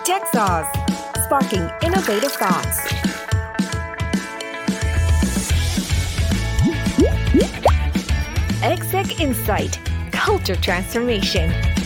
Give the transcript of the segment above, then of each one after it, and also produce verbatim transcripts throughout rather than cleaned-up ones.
TechSauce Sparking Innovative Thoughts Exec Insight Culture Transformation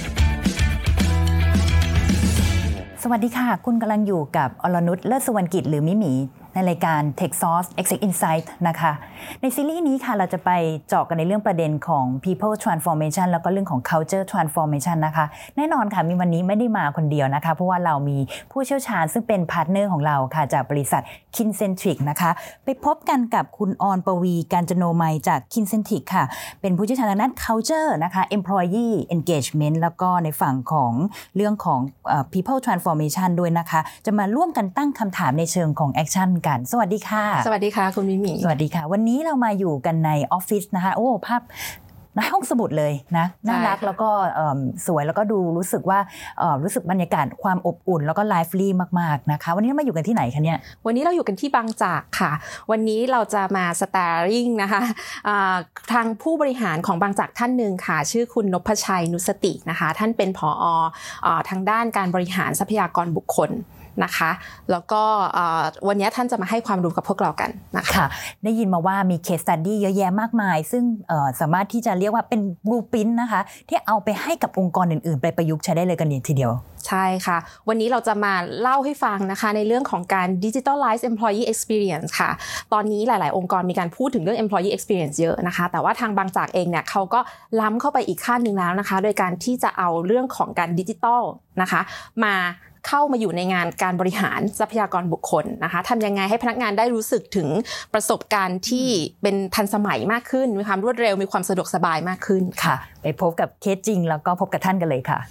สวัสดีค่ะคุณกำลังอยู่กับอรนุช เลิศสุวรรณกิจหรือมิหมีในรายการ TechSauce Exec Insight นะคะในซีรีส์นี้ค่ะเราจะไปเจาะกันในเรื่องประเด็นของ People Transformation แล้วก็เรื่องของ Culture Transformation นะคะแน่นอนค่ะมีวันนี้ไม่ได้มาคนเดียวนะคะเพราะว่าเรามีผู้เชี่ยวชาญซึ่งเป็นพาร์ทเนอร์ของเราค่ะจากบริษัท Kincentric นะคะไปพบกันกับคุณออนปวีกาญจโนมัยจาก Kincentric ค่ะเป็นผู้เชี่ยวชาญทางด้าน Culture นะคะ Employee Engagement แล้วก็ในฝั่งของเรื่องของ uh, People Transformation ด้วยนะคะจะมาร่วมกันตั้งคำถามในเชิงของ Actionกันสวัสดีค่ะสวัสดีค่ะคุณมิมี่สวัสดีค่ะวันนี้เรามาอยู่กันในออฟฟิศนะคะโอ้ภาพในห้องสมุดเลยนะน่ารักแล้วก็สวยแล้วก็ดูรู้สึกว่ารู้สึกบรรยากาศความอบอุ่นแล้วก็ไลฟ์ลี่มากๆนะคะวันนี้เรามาอยู่กันที่ไหนคะเนี่ยวันนี้เราอยู่กันที่บางจากค่ะวันนี้เราจะมาสตาร์ริ่งนะคะทางผู้บริหารของบางจากท่านหนึ่งค่ะชื่อคุณนพชัยนุสตินะคะท่านเป็นผอ.ทางด้านการบริหารทรัพยากรบุคคลนะคะแล้วก็วันนี้ท่านจะมาให้ความรู้กับพวกเรากันนะคะได้ยินมาว่ามีเคสสตัดดี้เยอะแยะมากมายซึ่งสามารถที่จะเรียกว่าเป็นบลูพรินท์นะคะที่เอาไปให้กับองค์กรอื่นๆไปประยุกต์ใช้ได้เลยกันทีเดียวใช่ค่ะวันนี้เราจะมาเล่าให้ฟังนะคะในเรื่องของการ Digitalize Employee Experience ค่ะตอนนี้หลายๆองค์กรมีการพูดถึงเรื่อง Employee Experience เยอะนะคะแต่ว่าทางบางจากเองเนี่ยเขาก็ล้ำเข้าไปอีกขั้นนึงแล้วนะคะโดยการที่จะเอาเรื่องของการดิจิทัลนะคะมาเข้ามาอยู่ในงานการบริหารทรัพยากรบุคคลนะคะทำยังไงให้พนักงานได้รู้สึกถึงประสบการณ์ที่เป็นทันสมัยมากขึ้นมีความรวดเร็วมีความสะดวกสบายมากขึ้นค่ะไปพบกับเคสจริงแล้วก็พบกับท่านกันเลยค่ะ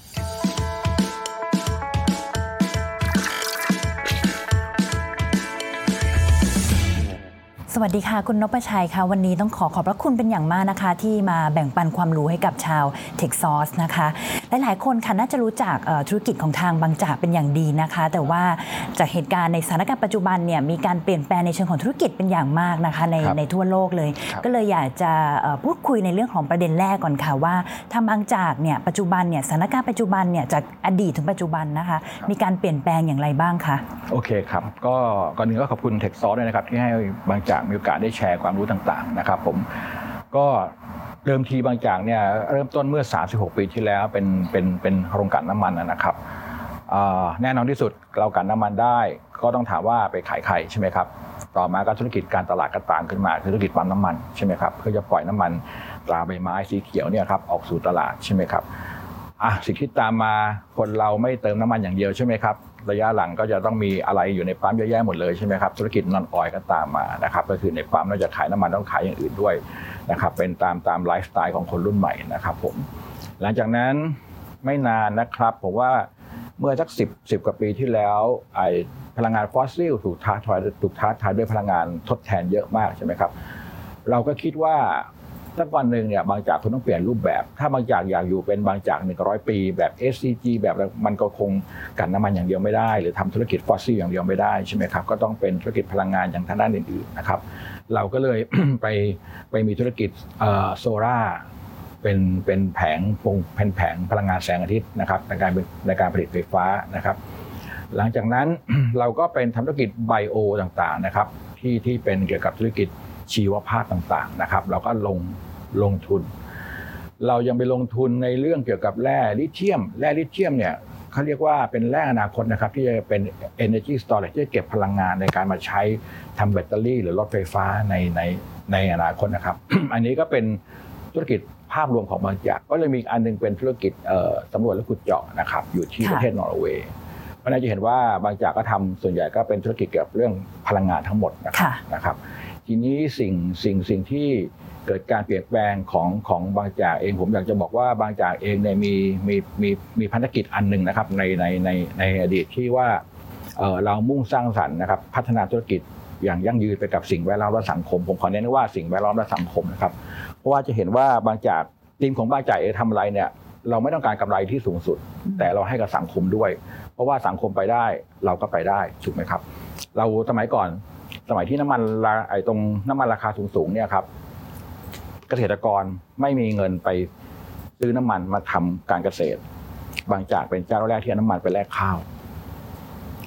สวัสดีค่ะคุณนพชัยค่ะวันนี้ต้องขอขอบพระคุณเป็นอย่างมากนะคะที่มาแบ่งปันความรู้ให้กับชาว TechSauce นะคะหลายๆคนค่ะน่าจะรู้จักธุรกิจของทางบางจากเป็นอย่างดีนะคะแต่ว่าจากเหตุการณ์ในสถานการณ์ปัจจุบันเนี่ยมีการเปลี่ยนแปลงในเชิงของธุรกิจเป็นอย่างมากนะคะในในทั่วโลกเลยก็เลยอยากจะพูดคุยในเรื่องของประเด็นแรกก่อนค่ะว่าทางบางจากเนี่ยปัจจุบันเนี่ยสถานการณ์ปัจจุบันเนี่ยจากอดีตถึงปัจจุบันนะคะมีการเปลี่ยนแปลงอย่างไรบ้างคะโอเคครับก็ก่อนอื่นก็ขอบคุณ TechSauce ด้วยนะครับที่ให้บางจากมีโอกาสได้แชร์ความรู้ต่างๆนะครับผมก็เริ่มทีบางจากเนี่ยเริ่มต้นเมื่อสามสิบหกปีที่แล้วเป็นเป็นเป็นโรงกลั่นน้ำมันนะครับแน่นอนที่สุดเรากลั่นน้ำมันได้ก็ต้องถามว่าไปขายใครใช่ไหมครับต่อมาก็ธุรกิจการตลาดก็ตามขึ้นมาธุรกิจปั๊มน้ำมันใช่ไหมครับเพื่อจะปล่อยน้ำมันตราใบไม้สีเขียวเนี่ยครับออกสู่ตลาดใช่ไหมครับอ่ะสิ่งที่ตามมาคนเราไม่เติมน้ำมันอย่างเดียวใช่ไหมครับระยะหลังก็จะต้องมีอะไรอยู่ในปั๊มเยอะแยะหมดเลยใช่ไหมครับธุรกิจนอนออยล์ก็ตามมานะครับก็คือในปั๊มนอกจากขายน้ำมันต้องขายอย่างอื่นด้วยนะครับเป็นตามตามไลฟ์สไตล์ของคนรุ่นใหม่นะครับผมหลังจากนั้นไม่นานนะครับผมว่าเมื่อสักสิบ สิบกว่าปีที่แล้วไอ้พลังงานฟอสซิลถูกท้าทายถูกท้าทายด้วยพลังงานทดแทนเยอะมากใช่ไหมครับเราก็คิดว่าสักวันหนึ่งเนี่ยบางจากคุณต้องเปลี่ยนรูปแบบถ้าบางจากอยากอยู่เป็นบางจากหนึ่งร้อยปีแบบ เอส ซี จี แบบมันก็คงกันน้ำมันอย่างเดียวไม่ได้หรือทำธุรกิจฟอสซิลอย่างเดียวไม่ได้ใช่ไหมครับก็ต้องเป็นธุรกิจพลังงานอย่างทางด้านอื่นๆนะครับเราก็เลย ไปไปมีธุรกิจโซล่าเป็นเป็นแผงเป็นแผงพลังงานแสงอาทิตย์นะครับในการในการผลิตไฟฟ้านะครับหลังจากนั้น เราก็เป็นทำธุรกิจไบโอต่างๆนะครับที่ที่เป็นเกี่ยวกับธุรกิจชีวภาพต่างๆนะครับเราก็ลงลงทุนเรายังไปลงทุนในเรื่องเกี่ยวกับแร่ลิเธียมแร่ลิเธียมเนี่ยเขาเรียกว่าเป็นแร่อนาคตนะครับที่จะเป็น energy storage ที่จะเก็บพลังงานในการมาใช้ทำแบตเตอรี่หรือรถไฟฟ้าในในในอนาคตนะครับ อันนี้ก็เป็นธุรกิจภาพรวมของบางจากก็เลยมีอันนึงเป็นธุรกิจสำรวจและขุดเจาะนะครับอยู่ที่ประเทศนอร์เวย์เพราะน่าจะเห็นว่าบางจากก็ทำส่วนใหญ่ก็เป็นธุรกิจเกี่ยวกับเรื่องพลังงานทั้งหมดนะครับทีนี้สิ่งสิ่งสิ่งที่เกิดการเปลี่ยนแปลงของของบางจากเองผมอยากจะบอกว่าบางจากเองเนี่ยมีมีมีมีภารกิจอันนึงนะครับในในในในอดีตที่ว่าเอ่อเรามุ่งสร้างสรรค์นะครับพัฒนาธุรกิจอย่างยั่งยืนไปกับสิ่งแวดล้อมและสังคมผมขอเน้นว่าสิ่งแวดล้อมและสังคมนะครับเพราะว่าจะเห็นว่าบางจากทีมของบางจากเองทำอะไรเนี่ยเราไม่ต้องการกำไรที่สูงสุดแต่เราให้กับสังคมด้วยเพราะว่าสังคมไปได้เราก็ไปได้ถูกไหมครับเราสมัยก่อนสมัยที่น้ำมันไอ้ตรงน้ำมันราคาสูงๆเนี่ยครับเกษตรกรไม่มีเงินไปซื้อน้ำมันมาทำการเกษตรบางจากเป็นเจ้าแรกที่เอาน้ำมันไปแลกข้าว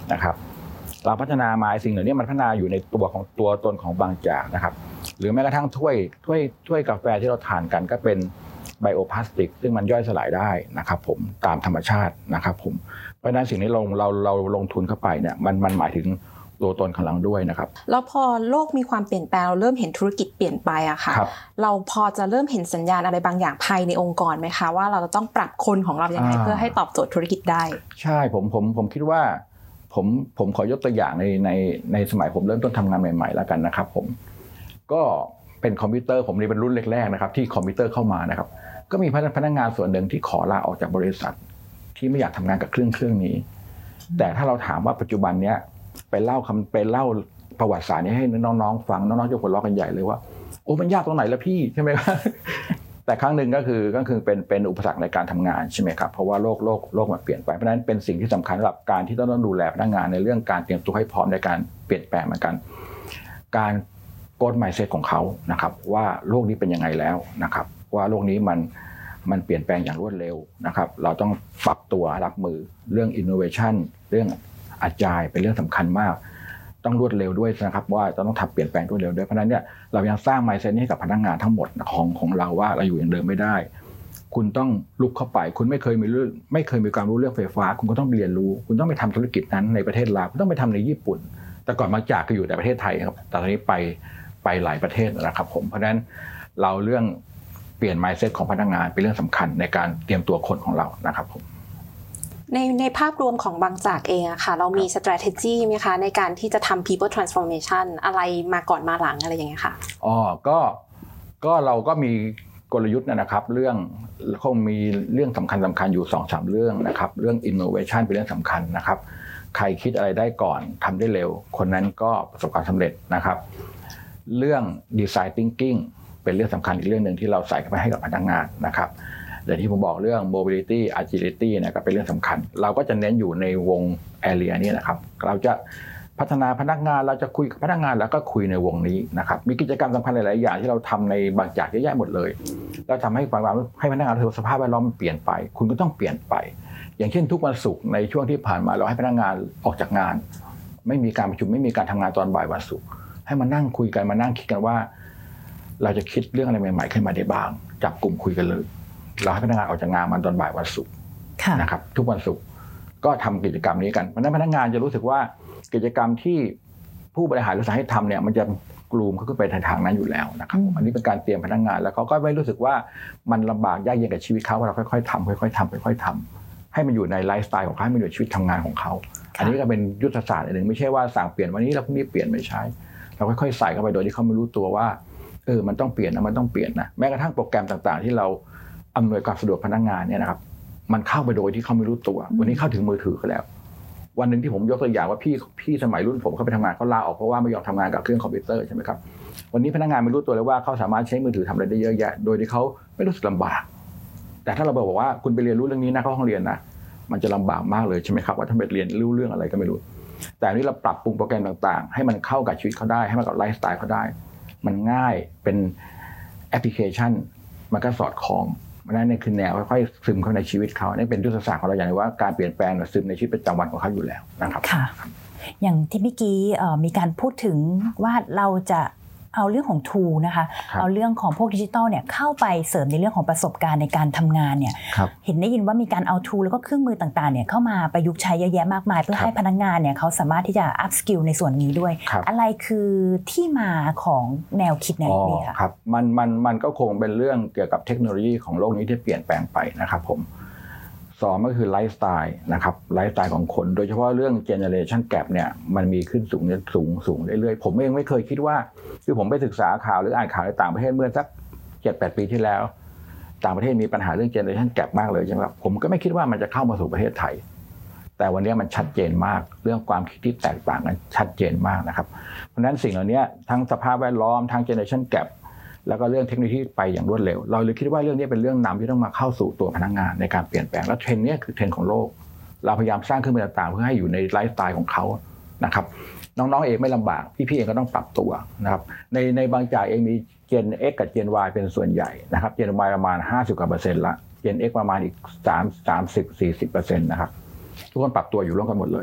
นะครับเราพัฒนามาสิ่งเหล่านี้มันพัฒนาอยู่ในตัวของตัวตนของบางจากนะครับหรือแม้กระทั่งถ้วยถ้วยถ้วยกาแฟที่เราทานกันก็เป็นไบโอพลาสติกซึ่งมันย่อยสลายได้นะครับผมตามธรรมชาตินะครับผมเพราะฉะนั้นสิ่งนี้เราเราเราลงทุนเข้าไปเนี่ยมันมันหมายถึงตัวตนของเราด้วยนะครับแล้วพอโลกมีความเปลี่ยนแปลงเราเริ่มเห็นธุรกิจเปลี่ยนไปอะค่ะเราพอจะเริ่มเห็นสัญญาณอะไรบางอย่างภายในองค์กรไหมคะว่าเราจะต้องปรับคนของเรายังไงเพื่อให้ตอบโจทย์ธุรกิจได้ใช่ผมผมผมคิดว่าผมผมขอยกตัวอย่างในในในสมัยผมเริ่มต้นทำงานใหม่ๆแล้วกันนะครับผมก็เป็นคอมพิวเตอร์ผมนี่เป็นรุ่นแรกๆนะครับที่คอมพิวเตอร์เข้ามานะครับก็มีพนักงานส่วนหนึ่งที่ขอลาออกจากบริษัทที่ไม่อยากทำงานกับเครื่องเครื่องนี้แต่ถ้าเราถามว่าปัจจุบันเนี้ยไปเล่าคำไปเล่าประวัติศาสตร์นี้ให้น้องๆฟังน้องๆจะหัวเราะกันใหญ่เลยว่าโอ้มันยากตรงไหนล่ะพี่ใช่ไหมครับ แต่ครั้งหนึ่งก็คือก็คือเป็นเป็นอุปสรรคในการทำงานใช่ไหมครับเพราะว่าโลกโลกโลกมันเปลี่ยนไปเพราะฉะนั้นเป็นสิ่งที่สำคัญสำหรับการที่ต้องดูแลพนักงานในเรื่องการเตรียมตัวให้พร้อมในการเปลี่ยนแปลงเหมือนกันการโกดไมซ์เซ็ตของเขานะครับว่าโลกนี้เป็นยังไงแล้วนะครับว่าโลกนี้มันมันเปลี่ยนแปลงอย่างรวดเร็วนะครับเราต้องปรับตัวรับมือเรื่อง innovation เรื่องอาจายเป็นเรื่องสำคัญมากต้องรวดเร็วด้วยนะครับว่าต้องทำเปลี่ยนแปลงรวดเร็วด้วยเพราะนั้นเนี่ยเรายังสร้าง mindset ให้กับพนักงานทั้งหมดของของเราว่าเราอยู่อย่างเดิมไม่ได้คุณต้องลุกเข้าไปคุณไม่เคยมีเรื่องไม่เคยมีความรู้เรื่องไฟฟ้าคุณก็ต้องเรียนรู้คุณต้องไปทำธุรกิจนั้นในประเทศลาวคุณต้องไปทำในญี่ปุ่นแต่ก่อนบางจากก็อยู่แต่ประเทศไทยครับแต่ตอนนี้ไปไปหลายประเทศนะครับผมเพราะฉะนั้นเราเรื่องเปลี่ยน mindset ของพนักงานเป็นเรื่องสำคัญในการเตรียมตัวคนของเรานะครับผมในในภาพรวมของบางจากเองอะค่ะเรามี strategy ไหมคะในการที่จะทำ people transformation อะไรมาก่อนมาหลังอะไรอย่างเงี้ยค่ะอ๋อก็ก็เราก็มีกลยุทธ์นะครับเรื่องคงมีเรื่องสำคัญสำคัญอยู่ สองถึงสาม เรื่องนะครับเรื่อง innovation เป็นเรื่องสำคัญนะครับใครคิดอะไรได้ก่อนทำได้เร็วคนนั้นก็ประสบความสำเร็จนะครับเรื่อง design thinking เป็นเรื่องสำคัญอีกเรื่องหนึ่งที่เราใส่เข้าไปให้กับพนักงานนะครับแต่ที่ผมบอกเรื่อง mobility agility เนี่ยก็เป็นเรื่องสำคัญเราก็จะเน้นอยู่ในวง area นี้นะครับเราจะพัฒนาพนักงานเราจะคุยกับพนักงานแล้วก็คุยในวงนี้นะครับมีกิจกรรมสำคัญหลายๆอย่างที่เราทำในบางจากเยอะแยะหมดเลยแล้วทำให้ความให้พนักงานรู้สึกสภาพแวดล้อมมันเปลี่ยนไปคุณก็ต้องเปลี่ยนไปอย่างเช่นทุกวันศุกร์ในช่วงที่ผ่านมาเราให้พนักงานออกจากงานไม่มีการประชุมไม่มีการทำงานตอนบ่ายวันศุกร์ให้มานั่งคุยกันมานั่งคิดกันว่าเราจะคิดเรื่องอะไรใหม่ๆขึ้นมาได้บ้างจับกลุ่มคุยกันเลยเราให้พนักงานออกจากงานมาตอนบ่ายวันศุกร์นะครับทุกวันศุกร์ก็ทำกิจกรรมนี้กันเพราะฉะนั้นพนักงานจะรู้สึกว่ากิจกรรมที่ผู้บริหารหรือสายให้ทำเนี่ยมันจะกลุ่มเขาขึ้นไปทางนั้นอยู่แล้วนะครับอันนี้เป็นการเตรียมพนักงานแล้วเขาก็ไม่รู้สึกว่ามันลำบากยากเย็นกับชีวิตเขาว่าเราค่อยๆทำค่อยๆทำค่อยๆทำให้มันอยู่ในไลฟ์สไตล์ของเขาให้มันอยู่ในชีวิตทำงานของเขาอันนี้ก็เป็นยุทธศาสตร์อันหนึ่งไม่ใช่ว่าสั่งเปลี่ยนวันนี้แล้วพรุ่งนี้เปลี่ยนไม่ใช่เราค่อยๆใส่เข้าไปโดยที่เขาไม่รู้ตัวว่าเออมันต้องเปลี่ยนนะมันต้องเปลี่ยนนะแม้กระทั่งโปรแกรมต่างๆที่เราอำนวยความสะดวกพนักงานเนี่ยนะครับมันเข้าไปโดยที่เขาไม่รู้ตัววันนี้เข้าถึงมือถือเขาแล้ววันหนึ่งที่ผมยกตัวอย่างว่าพี่พี่สมัยรุ่นผมเขาไปทำงานเขาลาออกเพราะว่าไม่ยอมทำงานกับเครื่องคอมพิวเตอร์ใช่ไหมครับวันนี้พนักงานไม่รู้ตัวเลยว่าเขาสามารถใช้มือถือทำอะไรได้เยอะแยะโดยที่เขาไม่รู้สึกลำบากแต่ถ้าเราบอกว่าคุณไปเรียนรู้เรื่องนี้นะเข้าห้องเรียนนะมันจะลำบากมากเลยใช่ไหมครับว่าถ้าไปเรียนรู้เรื่องอะไรก็ไม่รู้แต่นี้เราปรับปรุงโปรแกรมต่างๆให้มันเข้ากับชีวิตเขาได้ให้มันกับไลฟ์สไตล์เขาได้มันง่ายเป็นแอปพลิเคชันมันก็สอดคล้องนั่นนี่คือแนวค่อยๆซึมเข้าในชีวิตเขานี่เป็นยุทธศาสตร์ของเราอย่างว่าการเปลี่ยนแปลงซึมในชีวิตประจำวันของเขาอยู่แล้วนะครับค่ะอย่างที่เมื่อกี้มีการพูดถึงว่าเราจะเอาเรื่องของ tool นะคะเอาเรื่องของพวกดิจิทัลเนี่ยเข้าไปเสริมในเรื่องของประสบการณ์ในการทำงานเนี่ยเห็นได้ยินว่ามีการเอา tool แล้วก็เครื่องมือต่างๆเนี่ยเข้ามาประยุกต์ใช้เยอะแยะมากมายเพื่อให้พนักงานเนี่ยเขาสามารถที่จะ up skill ในส่วนนี้ด้วยอะไรคือที่มาของแนวคิดในนี้ค่ะครับมันมันมันก็คงเป็นเรื่องเกี่ยวกับเทคโนโลยีของโลกนี้ที่เปลี่ยนแปลงไปนะครับผมสองก็คือไลฟ์สไตล์นะครับไลฟ์สไตล์ของคนโดยเฉพาะเรื่อง generation gap เนี่ยมันมีขึ้นสูงสูงสูงเรื่อยๆผมเองไม่เคยคิดว่าคือผมไปศึกษาข่าวหรืออ่านข่าวในต่างประเทศเมื่อสัก เจ็ดแปด ปีที่แล้วต่างประเทศมีปัญหาเรื่อง generation gap มากเลยใช่ไหมครับผมก็ไม่คิดว่ามันจะเข้ามาสู่ประเทศไทยแต่วันนี้มันชัดเจนมากเรื่องความคิดที่แตกต่างกันชัดเจนมากนะครับเพราะฉะนั้นสิ่งเหล่านี้ทั้งสภาพแวดล้อมทั้ง generation gapแล้วก็เรื่องเทคโนโลยีไปอย่างรวดเร็วเราเลยคิดว่าเรื่องนี้เป็นเรื่องนำที่ต้องมาเข้าสู่ตัวพนักงานในการเปลี่ยนแปลงและเทรนด์นี้คือเทรนด์ของโลกเราพยายามสร้างเครื่องมือต่างๆเพื่อให้อยู่ในไลฟ์สไตล์ของเขานะครับน้องๆเองไม่ลำบากพี่ๆเองก็ต้องปรับตัวนะครับในในบางจากเองมี Gen X กับ Gen Y เป็นส่วนใหญ่นะครับ Gen Y ประมาณห้าสิบกว่าเปอร์เซ็นต์ละ Gen X ประมาณอีกสาม สามสิบ สี่สิบเปอร์เซ็นต์นะครับทุกคนปรับตัวอยู่ร่วมกันหมดเลย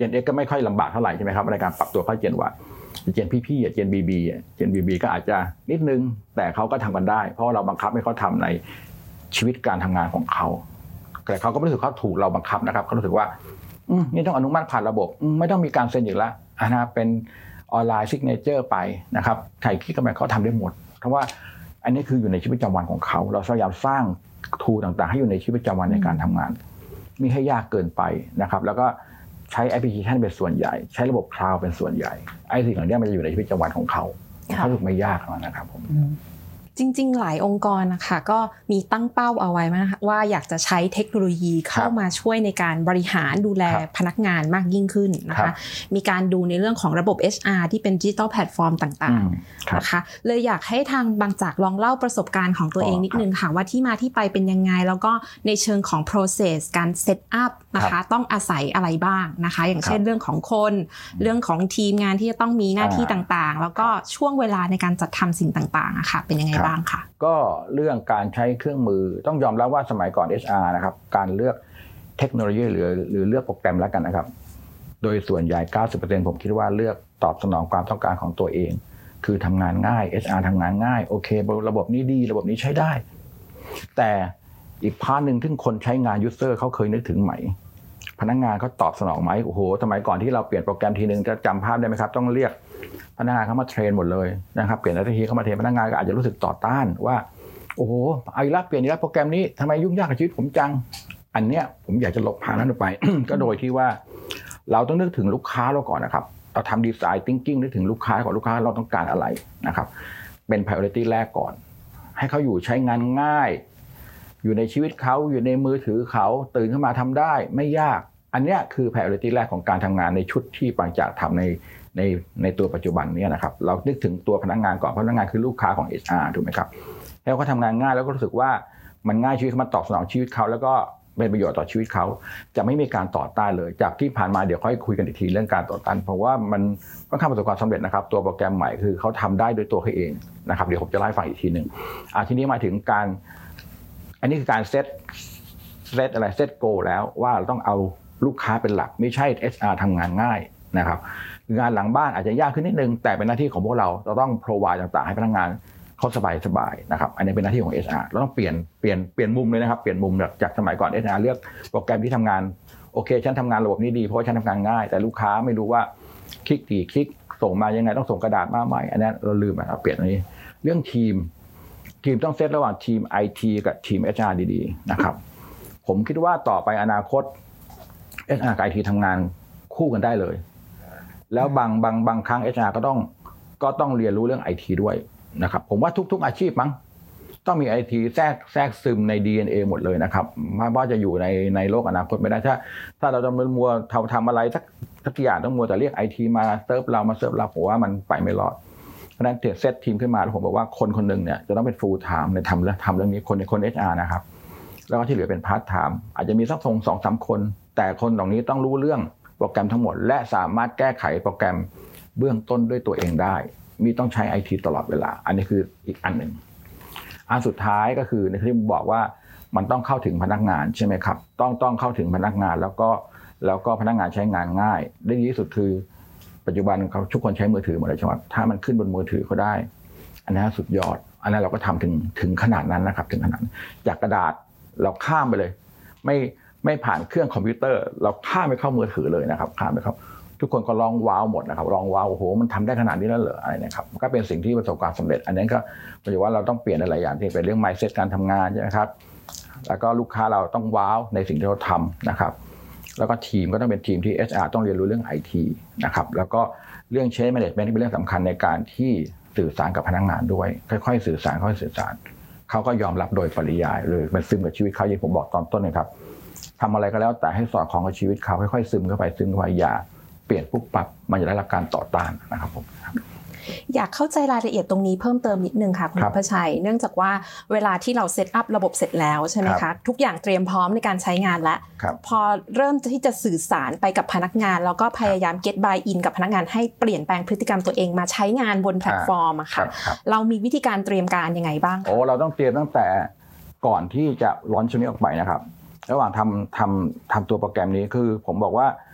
Gen X ก็ไม่ค่อยลำบากเท่าไหร่ใช่ไหมครับในการปรับตัวเข้า Gen Y Gen พี่ๆอ่ะ Gen บี บี อ่ะ Gen บี บี ก็อาจจะนิดนึงแต่เขาก็ทำกันได้เพราะเราบังคับให้เขาทำในชีวิตการทำงานของเขาแต่เขาก็ไม่รู้สึกเขาถูกเราบังคับนะครับเขารู้สึกว่าอืมนี่ต้องอนุมัติผ่านระบบไม่ต้องมีการเซ็นอีกแล้วนะเป็นออนไลน์ซิกเนเจอร์ไปนะครับใครคิดกันไปเขาทำได้หมดเพราะว่าอันนี้คืออยู่ในชีวิตประจำวันของเขาเราพยายามสร้างทูต่างๆให้อยู่ในชีวิตประจำวันในการทำงานไม่ให้ยากเกินไปนะครับแล้วก็ใช้แอปพลิเคชันเป็นส่วนใหญ่ใช้ระบบคลาวด์เป็นส่วนใหญ่ไอ้สิ่งเหล่านี้มันจะอยู่ในชีวิตประจำวันของเขาเขาถูกไม่ยากนะครับผมจริงๆหลายองค์กรนะคะก็มีตั้งเป้าเอาไว้นะคะว่าอยากจะใช้เทคโนโลยีเข้ามาช่วยในการบริหารดูแลพนักงานมากยิ่งขึ้นนะคะมีการดูในเรื่องของระบบ เอช อาร์ ที่เป็นดิจิทัลแพลตฟอร์มต่างๆนะคะเลยอยากให้ทางบางจากลองเล่าประสบการณ์ของตัวเองนิดนึงค่ะว่าที่มาที่ไปเป็นยังไงแล้วก็ในเชิงของ process การ set up นะคะต้องอาศัยอะไรบ้างนะคะอย่างเช่นเรื่องของคนเรื่องของทีมงานที่จะต้องมีหน้าที่ต่างๆแล้วก็ช่วงเวลาในการจัดทำสิ่งต่างๆอะค่ะเป็นยังไงบ้างค่ะก็เรื่องการใช้เครื่องมือต้องยอมรับว่าสมัยก่อน เอช อาร์ นะครับการเลือกเทคโนโลยีหรือหรือเลือกโปรแกรมแล้วกันนะครับโดยส่วนใหญ่ เก้าสิบเปอร์เซ็นต์ ผมคิดว่าเลือกตอบสนองความต้องการของตัวเองคือทำงานง่าย เอช อาร์ ทำงานง่ายโอเคระบบนี้ดีระบบนี้ใช้ได้แต่อีกพาร์ทนึงที่คนใช้งานยูสเซอร์เขาเคยนึกถึงไหมพนักงานเขาตอบสนองไหมโอ้โหสมัยก่อนที่เราเปลี่ยนโปรแกรมทีนึงจะจำภาพได้ไหมครับต้องเรียกพนักงานเข้ามาเทรนหมดเลยนะครับเปลี่ยนอะไรทีเข้ามาเทรนพนักงานก็อาจจะรู้สึกต่อต้านว่าโอ้โหไอ้ละเปลี่ยนอีกแล้วโปรแกรมนี้ทำไมยุ่งยากกับชีวิตผมจังอันเนี้ยผมอยากจะลบผ่านนั้นไป ก็โดยที่ว่าเราต้องนึกถึงลูกค้าเราก่อนนะครับเราทำดีไซน์ thinking นึกถึงลูกค้าก่อนลูกค้าเราต้องการอะไรนะครับเป็น priority แรกก่อนให้เขาอยู่ใช้งานง่ายอยู่ในชีวิตเขาอยู่ในมือถือเขาตื่นขึ้นมาทำได้ไม่ยากอันเนี้ยคือ priority แรกของการทำงานในชุดที่บางจากทำในในในตัวปัจจุบันนี้นะครับเรานึกถึงตัวพนักงานก่อนเพราะพนักงานคือลูกค้าของ เอช อาร์ ถูกไหมครับแล้วเขาทำงานง่ายแล้วก็รู้สึกว่ามันง่ายชีวิตมันตอบสนองชีวิตเขาแล้วก็เป็นประโยชน์ต่อชีวิตเขาจะไม่มีการต่อต้านเลยจากที่ผ่านมาเดี๋ยวค่อยคุยกันอีกทีเรื่องการต่อต้านเพราะว่ามันค่อนข้างประสบความสำเร็จนะครับตัวโปรแกรมใหม่คือเขาทำได้โดยตัวเขาเองนะครับเดี๋ยวผมจะเล่าให้ฟังอีกทีนึงอ่ะทีนี้มาถึงการอันนี้คือการเซตเซตอะไรเซตโกแล้วว่าเราต้องเอาลูกค้าเป็นหลักไม่ใช่ เอช อาร์ ทำงานง่ายนะครับงานหลังบ้านอาจจะยากขึ้นนิดนึงแต่เป็นหน้าที่ของพวกเราเราต้อง provide ต่างๆให้พนักงานเขาสบายๆนะครับอันนี้เป็นหน้าที่ของ เอช อาร์ เราต้องเปลี่ยนเปลี่ยนเปลี่ยนมุมเลยนะครับเปลี่ยนมุมจากสมัยก่อน เอช อาร์ เลือกโปรแกรมที่ทำงานโอเคฉันทำงานระบบนี้ดีเพราะว่าฉันทำงานง่ายแต่ลูกค้าไม่รู้ว่าคลิกกี่คลิกส่งมายังไงต้องส่งกระดาษมาใหม่อันนี้เราลืมนะครับเปลี่ยนอันนี้เรื่องทีมทีมต้องเซตระหว่างทีม ไอ ที กับทีม เอช อาร์ ดีๆนะครับผมคิดว่าต่อไปอนาคต เอช อาร์ กับ ไอ ที ทำงานคู่กันได้เลยแล้วบางบางบางครั้ง เอช อาร์ ก็ต้องก็ต้องเรียนรู้เรื่อง ไอ ที ด้วยนะครับผมว่าทุกๆอาชีพมั้งต้องมี ไอ ที แทรกแทรกซึมใน ดี เอ็น เอ หมดเลยนะครับไม่ว่าจะอยู่ในในโลกอนาคตไม่ได้ถ้าถ้าเราจะมัวทำทำอะไรสักสักอย่างต้องมัวแต่เรียก ไอ ที มาเซิร์ฟเรามาเซิร์ฟเราผมว่ามันไปไม่รอดเพราะฉะนั้นเซตทีมขึ้นมาแล้วผมบอกว่าคนคนนึงเนี่ยจะต้องเป็น full time ในทำเรื่องทำเรื่องนี้คนในคน เอช อาร์ นะครับแล้วก็ที่เหลือเป็น part time อาจจะมีสักสองสามคนแต่คนเหล่านี้ต้องรู้เรื่องโปรแกรมทั้งหมดและสามารถแก้ไขโปรแกรมเบื้องต้นด้วยตัวเองได้มีต้องใช้ ไอ ที ตลอดเวลาอันนี้คืออีกอันหนึ่งอันสุดท้ายก็คือในที่ผมบอกว่ามันต้องเข้าถึงพนักงานใช่ไหมครับต้องต้องเข้าถึงพนักงานแล้วก็แล้วก็พนักงานใช้งานง่ายได้ดีที่สุดคือปัจจุบันเขาทุกคนใช้มือถือหมดเลยใช่ไหมถ้ามันขึ้นบนมือถือเขาได้อันนั้นสุดยอดอันนั้นเราก็ทำถึงถึงขนาดนั้นนะครับถึงขนาดจากกระดาษเราข้ามไปเลยไม่ไม่ผ่านเครื่องคอมพิวเตอร์เราข้ามไปเข้ามือถือเลยนะครับข้ามไปเข้าทุกคนก็ร้องว้าวหมดนะครับร้องว้าวโอ้โหมันทำได้ขนาดนี้แล้วเหรออะไรนะครับก็เป็นสิ่งที่ประสบความสำเร็จอันนี้ก็หมายถึงว่าเราต้องเปลี่ยนหลายอย่างที่เป็นเรื่อง mindset การทำงานใช่ไหมครับแล้วก็ลูกค้าเราต้องว้าวในสิ่งที่เราทำนะครับแล้วก็ทีมก็ต้องเป็นทีมที่ เอช อาร์ ต้องเรียนรู้เรื่อง ไอ ที นะครับแล้วก็เรื่อง change management ที่เป็นเรื่องสำคัญในการที่สื่อสารกับพนักงานด้วยค่อยๆสื่อสารค่อยๆสื่อสารเขาก็ยอมรับโดยปริยายเลยมันซึมกับชีวิตเขาอย่างผมบอกตอนต้นนะครับทำอะไรก็แล้วแต่ให้สอดคล้องกับชีวิตเขาค่อยๆซึมเข้าไปซึมเข้าไปอย่าเปลี่ยนปุ๊บปั๊บมันจะได้รับการต่อต้านนะครับผมอยากเข้าใจรายละเอียดตรงนี้เพิ่มเติมนิดนึงค่ะคุณพชัยเนื่องจากว่าเวลาที่เราเซตอัพระบบเสร็จแล้วใช่ไหมคะทุกอย่างเตรียมพร้อมในการใช้งานแล้วพอเริ่มที่จะสื่อสารไปกับพนักงานแล้วก็พยายาม get buy in กับพนักงานให้เปลี่ยนแปลงพฤติกรรมตัวเองมาใช้งานบนแพลตฟอร์มอะค่ะเรามีวิธีการเตรียมการยังไงบ้างโอ้เราต้องเตรียมตั้งแต่ก่อนที่จะลอนช์นี้ออกไปนะครับระหว่างทำทำทำตัวโปรแกรมนี้คือผมบอกว่า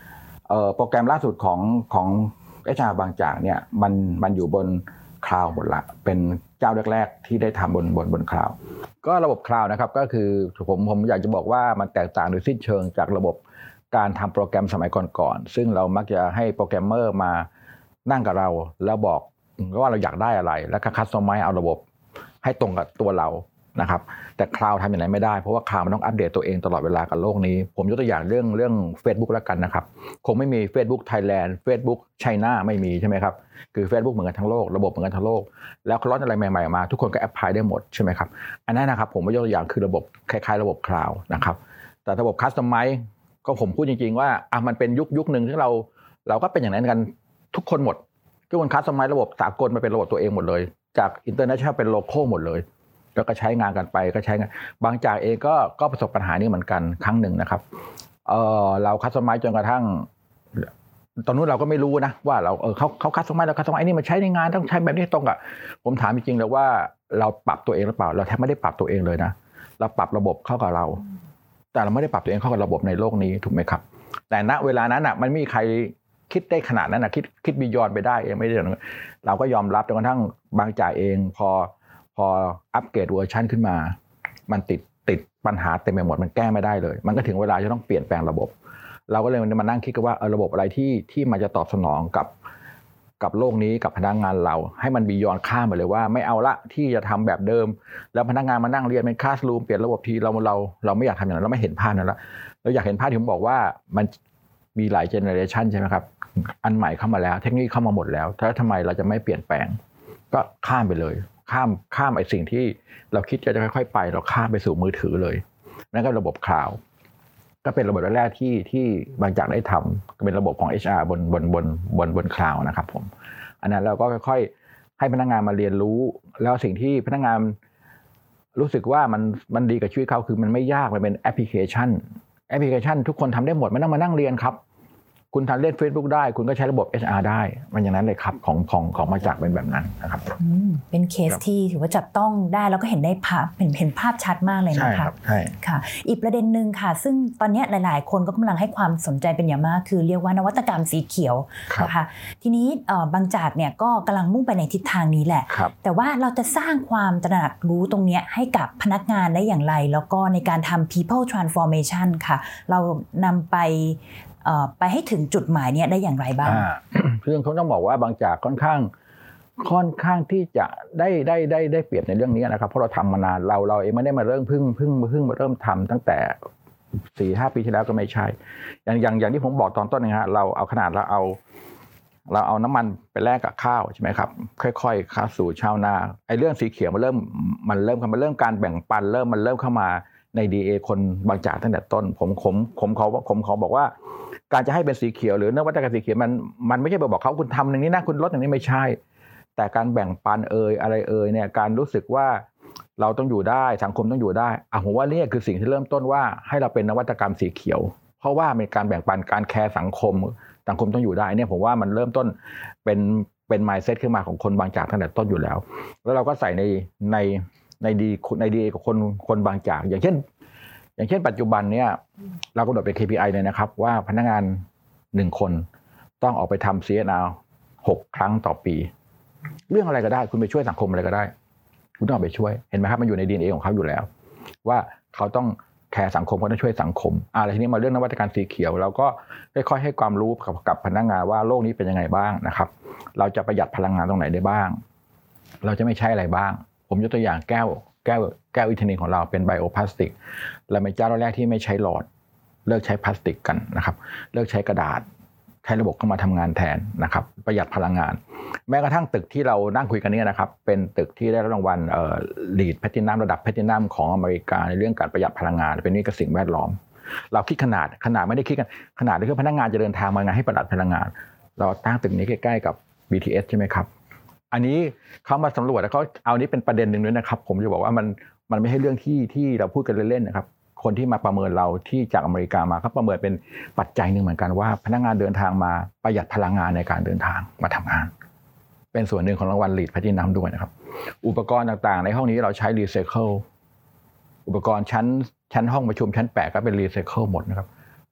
เอ่อโปรแกรมล่าสุดของของ เอช อาร์ บางจากเนี่ยมันมันอยู่บนคลาวด์หมดละเป็นเจ้าแรกๆที่ได้ทำบนบนบนคลาวด์ก็ระบบคลาวด์นะครับก็คือผมผมอยากจะบอกว่ามันแตกต่างโดยสิ้นเชิงจากระบบการทำโปรแกรมสมัยก่อนๆซึ่งเรามักจะให้โปรแกรมเมอร์มานั่งกับเราแล้วบอกว่าเราอยากได้อะไรแล้วก็คัสตอมไมซ์เอาระบบให้ตรงกับตัวเรานะครับแต่คลาวด์ทำอย่างไรไม่ได้เพราะว่าคลาวด์มันต้องอัปเดตตัวเองตลอดเวลากับโลกนี้ผมยกตัวอย่างเรื่องเรื่อง Facebook แล้วกันนะครับคงไม่มี Facebook Thailand Facebook China ไม่มีใช่ไหมครับคือ Facebook เหมือนกันทั้งโลกระบบเหมือนกันทั้งโลกแล้วเขาล้อนอะไรใหม่ๆมาทุกคนก็แอพพลายได้หมดใช่ไหมครับอันนั้นนะครับผมยกตัวอย่างคือระบบคล้ายๆระบบคลาวด์นะครับแต่ระบบคัสตอมไมซ์ก็ผมพูดจริงๆว่าอ่ะมันเป็นยุคยุคนึงที่เราเราก็เป็นอย่างนั้นกันทุกคนหมดทุกคนคัสตอมไมซ์ระบบสากลมาเป็นระบบตัวเองหมดเลยจากอินเตอร์เนชั่นแนลเป็นโลคอลหมดเลยแล้วก็ใช้งานกันไปก็ใช้งานบางจากเองก็ก็ประสบปัญหานี้เหมือนกันครั้งหนึ่งนะครับเออเราคัสตอมไมซ์จนกระทั่งตอนนู้นเราก็ไม่รู้นะว่าเราเออเขาเขาคัสตอมไมซ์เราคัสตอมไมซ์นี่มันใช้ในงานต้องใช้แบบนี้ตรงอ่ะผมถามจริงๆเลยว่าเราปรับตัวเองหรือเปล่าเราแทบไม่ได้ปรับตัวเองเลยนะเราปรับระบบเข้ากับเราแต่เราไม่ได้ปรับตัวเองเข้ากับระบบในโลกนี้ถูกไหมครับแต่ณเวลานั้นอ่ะมันไม่มีใครคิดได้ขนาดนั้นนะคิดคิดบียอนไปได้เองไม่ได้เราก็ยอมรับจนกระทั่งบางจากเองพอพออัปเกรดเวอร์ชันขึ้นมามันติดติดปัญหาเต็มไปหมดมันแก้ไม่ได้เลยมันก็ถึงเวลาจะต้องเปลี่ยนแปลงระบบเราก็เลยมานั่งคิดกันว่าเออระบบอะไรที่ที่มันจะตอบสนองกับกับโลกนี้กับพนักงานเราให้มันบียอนข้ามไปเลยว่าไม่เอาละที่จะทำแบบเดิมแล้วพนักงานมานั่งเรียนเป็นคลาสรูมเปลี่ยนระบบทีเราเราเราไม่อยากทำอย่างนั้นเราไม่เห็นภาพนั้นแล้วเราอยากเห็นภาพที่ผมบอกว่ามันมีหลายเจเนอเรชันใช่ไหมครับอันใหม่เข้ามาแล้วเทคโนโลยีเข้ามาหมดแล้วถ้าทำไมเราจะไม่เปลี่ยนแปลงก็ข้ามไปเลยข้ามข้ามไอ้สิ่งที่เราคิดจะค่อยๆไปเราข้ามไปสู่มือถือเลยนั่นก็ระบบคลาวด์ก็เป็นระบบแรกที่ที่บางจากได้ทำก็เป็นระบบของ เอช อาร์ บนบนบนบนบนคลาวด์นะครับผมอันนั้นเราก็ค่อยๆให้พนักงานมาเรียนรู้แล้วสิ่งที่พนักงานรู้สึกว่ามันมันดีกับชีวิตเขาคือมันไม่ยากมันเป็นแอปพลิเคชันแอปพลิเคชันทุกคนทำได้หมดไม่ต้องมานั่งเรียนครับคุณทำเล่น Facebook ได้คุณก็ใช้ระบบ เอช อาร์ ได้มันอย่างนั้นเลยครับของของของมาจากเป็นแบบนั้นนะครับเป็นเคสที่ถือว่าจับต้องได้แล้วก็เห็นได้ภาพเห็นเห็นภาพชัดมากเลยนะคะใช่ครับใช่ค่ะอีกประเด็นนึงค่ะซึ่งตอนนี้หลายๆคนก็กำลังให้ความสนใจเป็นอย่างมากคือเรียกว่านวัตกรรมสีเขียวนะคะทีนี้บางจากเนี่ยก็กำลังมุ่งไปในทิศทางนี้แหละแต่ว่าเราจะสร้างความตระหนักรู้ตรงนี้ให้กับพนักงานได้อย่างไรแล้วก็ในการทำ people transformation ค่ะเรานำไปไปให้ถึงจุดหมายเนี่ยได้อย่างไรบ้างเรื่องเขาต้องบอกว่าบางจากค่อนข้างค่อนข้างที่จะได้ได้ได้ได้เปรียบในเรื่องนี้นะครับเพราะเราทำมานานเราเราเองไม่ได้มาเริ่มพึ่งพึ่งพึ่งมาเริ่มทำตั้งแต่สี่ห้าปีที่แล้วก็ไม่ใช่อย่างอย่างอย่างที่ผมบอกตอนต้นนะฮะเราเอาขนาดเราเอาเราเอาน้ำมันไปแลกกับข้าวใช่ไหมครับค่อยๆเข้าสู่ชาวนาไอ้เรื่องสีเขียวมันเริ่มมันเริ่มมันเริ่มการแบ่งปันเริ่มมันเริ่มเข้ามาใน ดี เอ คนบางจากตั้งแต่ต้นผมผมผมเขาผมเขาบอกว่าการจะให้เป็นสีเขียวหรือนวัตกรรมสีเขียวมันมันไม่ใช่ไปบอกเขาคุณทำอย่างนี้นะคุณลดอย่างนี้ไม่ใช่แต่การแบ่งปันเอ่ยอะไรเอ่ยเนี่ยการรู้สึกว่าเราต้องอยู่ได้สังคมต้องอยู่ได้อ่ะผมว่านี่คือสิ่งที่เริ่มต้นว่าให้เราเป็นนวัตกรรมสีเขียวเพราะว่าเป็นการแบ่งปันการแคร์สังคมสังคมต้องอยู่ได้เนี่ยผมว่ามันเริ่มต้นเป็นเป็น mindset ขึ้นมาของคนบางจากตั้งแต่ต้นอยู่แล้วแล้วเราก็ใส่ในในในดีในดีกับคนคนบางจากอย่างเช่นอย่างเช่นปัจจุบันเนี่ยเรากำหนดเป็น เค พี ไอ เลยนะครับว่าพนักงานหนึ่งคนต้องออกไปทำ ซี เอส อาร์ หกครั้งต่อปีเรื่องอะไรก็ได้คุณไปช่วยสังคมอะไรก็ได้คุณต้องไปช่วยเห็นไหมครับมันอยู่ใน ดี เอ็น เอ ของเขาอยู่แล้วว่าเขาต้องแคร์สังคมเขาต้องช่วยสังคมอะไรทีนี้มาเรื่องนวัตกรรมสีเขียวเราก็ค่อยๆให้ความรู้กับกับพนักงานว่าโลกนี้เป็นยังไงบ้างนะครับเราจะประหยัดพลังงานตรงไหนได้บ้างเราจะไม่ใช้อะไรบ้างผมยกตัวอย่างแก้วแก้วแก้วอินเทอร์เน็ตของเราเป็นไบโอพลาสติกเราเป็นเจ้าแรกที่ไม่ใช้หลอดเลิกใช้พลาสติกกันนะครับเลิกใช้กระดาษใช้ระบบเข้ามาทำงานแทนนะครับประหยัดพลังงานแม้กระทั่งตึกที่เรานั่งคุยกันนี้นะครับเป็นตึกที่ได้รับรางวัลเอ่อ ลีด แพลทินัม ระดับแพลทินัมของอเมริกาในเรื่องการประหยัดพลังงานเป็นนี่กับสิ่งแวดล้อมเราคิดขนาดขนาดไม่ได้คิดกันขนาดที่พนักงานจะเดินทางมางานให้ประหยัดพลังงานเราตั้งตึกนี้ใกล้ๆกับ บี ที เอส ใช่ไหมครับอันนี้เขามาสำรวจแล้วเขาเอานี้เป็นประเด็นหนึ่งด้วยนะครับผมจะบอกว่ามันมันไม่ใช่เรื่องที่ที่เราพูดกันเล่นๆนะครับคนที่มาประเมินเราที่จากอเมริกามาเขาประเมินเป็นปัจจัยหนึ่งเหมือนกันว่าพนักงานเดินทางมาประหยัดพลังงานในการเดินทางมาทำงานเป็นส่วนหนึ่งของรางวัล ลีด แพลทินัม ด้วยนะครับอุปกรณ์ต่างๆในห้องนี้เราใช้รีไซเคิลอุปกรณ์ชั้นชั้นห้องประชุมชั้นแปดก็เป็นรีไซเคิลหมดนะครับ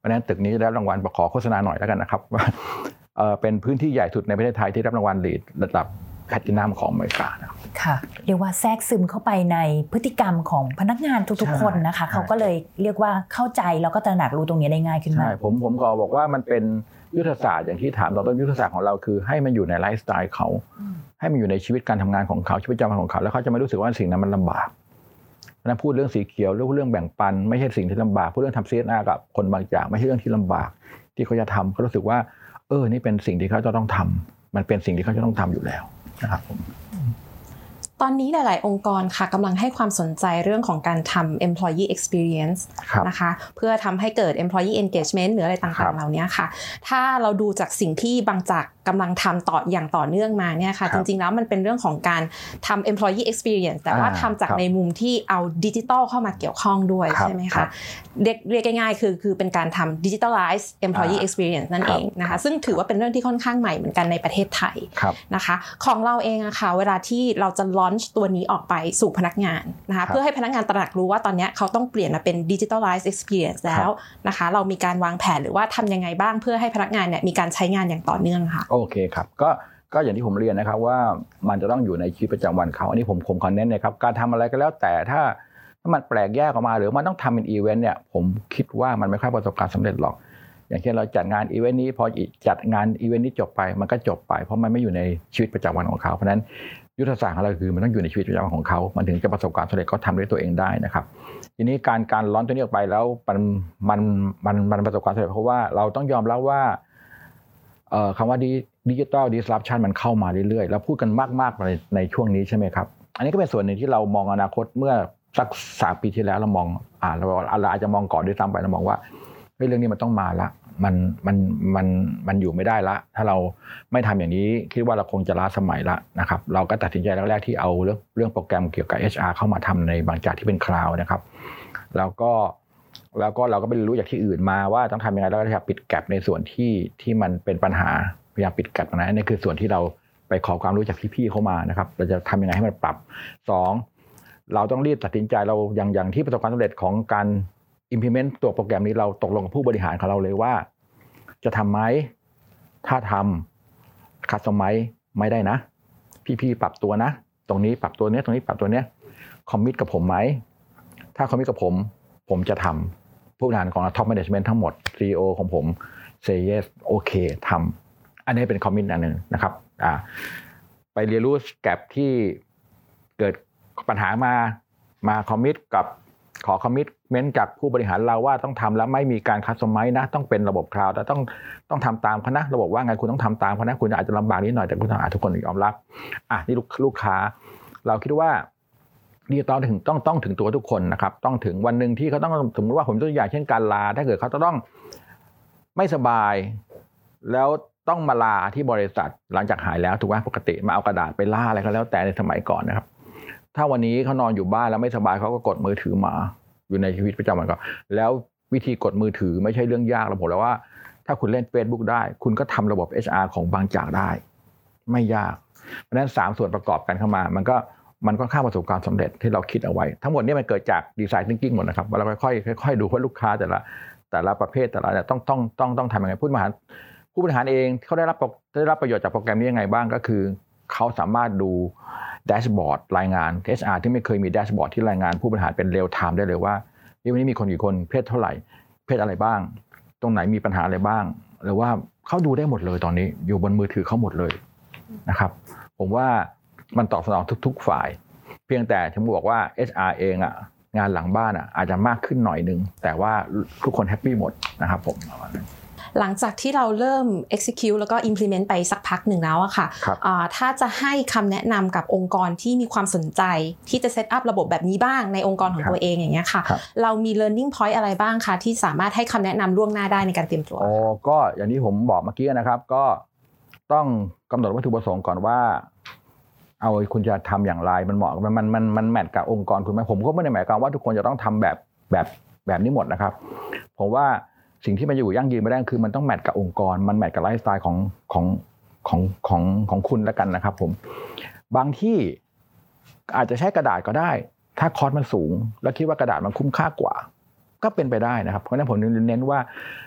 ราะฉะนั้นตึกนี้ได้รางวัลขอโฆษณาหน่อยแล้วกันนะครับว่าเอ่อเป็นพื้นที่ใหญ่สุดในประเทศไทยที่รับรางวัล ลีด ระดับแพลตินัมของอเมริกานะครับค่ะเรียกว่าแทรกซึมเข้าไปในพฤติกรรมของพนักงานทุกๆคนนะคะเขาก็เลยเรียกว่าเข้าใจแล้วก็ตระหนักรู้ตรงนี้ได้ง่ายขึ้นมากใช่ผมผมก็บอกว่ามันเป็นยุทธศาสตร์อย่างที่ถามตอนต้นยุทธศาสตร์ของเราคือให้มันอยู่ในไลฟ์สไตล์เขาให้มันอยู่ในชีวิตการทำงานของเขาชีวิตประจำวันของเขาแล้วเขาจะไม่รู้สึกว่าสิ่งนั้นมันลำบากนะพูดเรื่องสีเขียวเรื่องเรื่องแบ่งปันไม่ใช่สิ่งที่ลำบากพูดเรื่องทำ ซี เอส อาร์ กับคนบางจากไม่ใช่เรื่องที่ลำบากที่เขาจะทำเขารู้สึกว่าเออนี่เป็นสิ่งที่เขาจะต้องทำมันเป็นสิ่งที่เขาจะต้องทำอยู่แล้วนะครับผมตอนนี้หลายๆองค์กรค่ะกำลังให้ความสนใจเรื่องของการทำ employee experience นะคะเพื่อทำให้เกิด employee engagement หรืออะไรต่างๆเหล่านี้ค่ะถ้าเราดูจากสิ่งที่บางจากกำลังทำต่ออย่างต่อเนื่องมาเนี่ยค่ะจริงๆแล้วมันเป็นเรื่องของการทำ employee experience แต่ว่าทำจากในมุมที่เอาดิจิทัลเข้ามาเกี่ยวข้องด้วยใช่ไหมคะเรียกเรียกง่ายๆคือคือเป็นการทำ digitalize employee experience นั่นเองนะคะซึ่งถือว่าเป็นเรื่องที่ค่อนข้างใหม่เหมือนกันในประเทศไทยนะคะของเราเองอะค่ะเวลาที่เราจะ launch ตัวนี้ออกไปสู่พนักงานนะคะเพื่อให้พนักงานตระหนักรู้ว่าตอนนี้เขาต้องเปลี่ยนมาเป็น digitalize experience แล้วนะคะเรามีการวางแผนหรือว่าทำยังไงบ้างเพื่อให้พนักงานเนี่ยมีการใช้งานอย่างต่อเนื่องค่ะโอเคครับก็ก็อย่างที่ผมเรียนนะครับว่ามันจะต้องอยู่ในชีวิตประจำวันเขาอันนี้ผมผมขอเน้นนะครับการทำอะไรก็แล้วแต่ถ้าถ้ามันแปลกแยกออกมาหรือมันต้องทำเป็นอีเวนต์เนี่ยผมคิดว่ามันไม่ค่อยประสบความสำเร็จหรอกอย่างเช่นเราจัดงานอีเวนต์นี้พอจัดงานอีเวนต์นี้จบไปมันก็จบไปเพราะมันไม่อยู่ในชีวิตประจำวันของเขาเพราะฉะนั้นยุทธศาสตร์ของเราคือมันต้องอยู่ในชีวิตประจำวันของเขามันถึงจะประสบความสำเร็จก็ทำด้วยตัวเองได้นะครับทีนี้การการล้อนตัวนี้ออกไปแล้วมันมันมันมันประสบความสำเร็จเพราะว่าเราต้องยอมรับว่าเอ่อคำว่าดิจิทัล disruption มันเข้ามาเรื่อยๆแล้วพูดกันมากๆในในช่วงนี้ใช่ไหมครับอันนี้ก็เป็นส่วนหนึ่งที่เรามองอนาคตเมื่อสักสามปีที่แล้วเรามองอ่าเราเราอาจจะมองก่อนด้วยซ้ำไปเรามองว่าเฮ้ยเรื่องนี้มันต้องมาละมันมันมันมันอยู่ไม่ได้ละถ้าเราไม่ทำอย่างนี้คิดว่าเราคงจะล้าสมัยละนะครับเราก็ตัดสินใจแรกๆที่เอาเรื่องเรื่องโปรแกรมเกี่ยวกับ เอช อาร์ เข้ามาทำในบางจากที่เป็นคลาวด์นะครับแล้วก็แล้วก็เราก็ไปรู้จากที่อื่นมาว่าต้องทำยังไงแล้วก็พยายามปิดแกลบในส่วนที่ที่มันเป็นปัญหาพยายามปิดแกลบนะนี่คือส่วนที่เราไปขอความรู้จากพี่ๆเข้ามานะครับเราจะทำยังไงให้มันปรับสองเราต้องรีบตัดสินใจเราอย่างอย่างที่ประสบความสำเร็จของการ implement ตัวโปรแกรมนี้เราตกลงกับผู้บริหารของเราเลยว่าจะทำไหมถ้าทำคัสตอมไมซ์ไม่ได้นะพี่ๆปรับตัวนะตรงนี้ปรับตัวนี้ตรงนี้ปรับตัวนี้คอมมิตกับผมไหมถ้าคอมมิตกับผมผมจะทำผู้บริหารของ Top Management ทั้งหมด ซี อี โอ ของผม say yes โอเคทำอันนี้เป็นคอมมิตอันหนึ่งนะครับอ่าไปเรียนรู้แกลบที่เกิดปัญหามามาคอมมิตกับขอคอมมิตเมนต์จากผู้บริหารเราว่าต้องทำแล้วไม่มีการคัสตอมไมซ์นะต้องเป็นระบบคลาวด์แต่ต้องต้องทำตามเขานะระบบว่าไงคุณต้องทำตามเขานะคุณอาจจะลำบากนิดหน่อยแต่คุณต้องทุกคนยอมรับอ่ะนี่ลูกลูกค้าเราคิดว่าดิจิตอลถึงต้องต้องถึงตัวทุกคนนะครับต้องถึงวันหนึ่งที่เขาต้องสมมติว่าผมตัวอย่างเช่นการลาถ้าเกิดเขาจะต้องไม่สบายแล้วต้องมาลาที่บริษัทหลังจากหายแล้วถูกไหมปกติมาเอากระดาษไปล่าอะไรก็แล้วแต่ในสมัยก่อนนะครับถ้าวันนี้เขานอนอยู่บ้านแล้วไม่สบายเขาก็กดมือถือมาอยู่ในชีวิตประจำวันก็แล้ววิธีกดมือถือไม่ใช่เรื่องยากเราบอกแล้วว่าถ้าคุณเล่น Facebook ได้คุณก็ทำระบบ เอช อาร์ ของบางจากได้ไม่ยากเพราะฉะนั้นสามส่วนประกอบกันเข้ามามันก็มันก็ค่อนข้างประสบความสำเร็จที่เราคิดเอาไว้ทั้งหมดนี้มันเกิดจากดีไซน์ thinking หมดนะครับว่าเราค่อยๆค่อยๆดูว่าลูกค้าแต่ละแต่ละประเภทแต่ละต้องต้องต้องต้องทำยังไงผู้บริหารผู้บริหารเองเขาได้รับได้รับประโยชน์จากโปรแกรมนี้ยังไงบ้างก็คือเขาสามารถดูแดชบอร์ดรายงาน เอช อาร์ ที่ไม่เคยมีแดชบอร์ดที่รายงานผู้บริหารเป็นเรียลไทม์ได้เลยว่าวันนี้มีคนกี่คนเพศเท่าไหร่เพศอะไรบ้างตรงไหนมีปัญหาอะไรบ้างหรือว่าเขาดูได้หมดเลยตอนนี้อยู่บนมือถือเขาหมดเลยนะครับผมว่ามันตอบสนองทุกๆฝ่ายเพียงแต่ผมบอกว่า เอช อาร์ เองอ่ะงานหลังบ้านอ่ะอาจจะมากขึ้นหน่อยนึงแต่ว่าทุกคนแฮปปี้หมดนะครับผมหลังจากที่เราเริ่ม execute แล้วก็ implement ไปสักพักหนึ่งแล้วอะค่ะถ้าจะให้คำแนะนำกับองค์กรที่มีความสนใจที่จะ set up ระบบแบบนี้บ้างในองค์กรของตัวเองอย่างเงี้ยค่ะเรามี learning point อะไรบ้างคะที่สามารถให้คำแนะนำล่วงหน้าได้ในการเตรียมตัวอ๋อก็อย่างที่ผมบอกเมื่อกี้นะครับก็ต้องกำหนดวัตถุประสงค์ก่อนว่าเอาคุณจะทำอย่างไรมันเหมาะมันมันมันมันแมทกับองค์กรคุณไหมผมก็ไม่ได้หมายความว่าทุกคนจะต้องทำแบบแบบแบบนี้หมดนะครับผมว่าสิ่งที่มันอยู่ยั่งยืนไม่ได้คือมันต้องแมทกับองค์กรมันแมทกับไลฟ์สไตล์ของของของของของคุณแล้วกันนะครับผมบางที่อาจจะใช้กระดาษก็ได้ถ้าคอสมันสูงแล้วคิดว่ากระดาษมันคุ้มค่ากว่าก็เป็นไปได้นะครับเพราะฉะนั้นผมเน้นว่า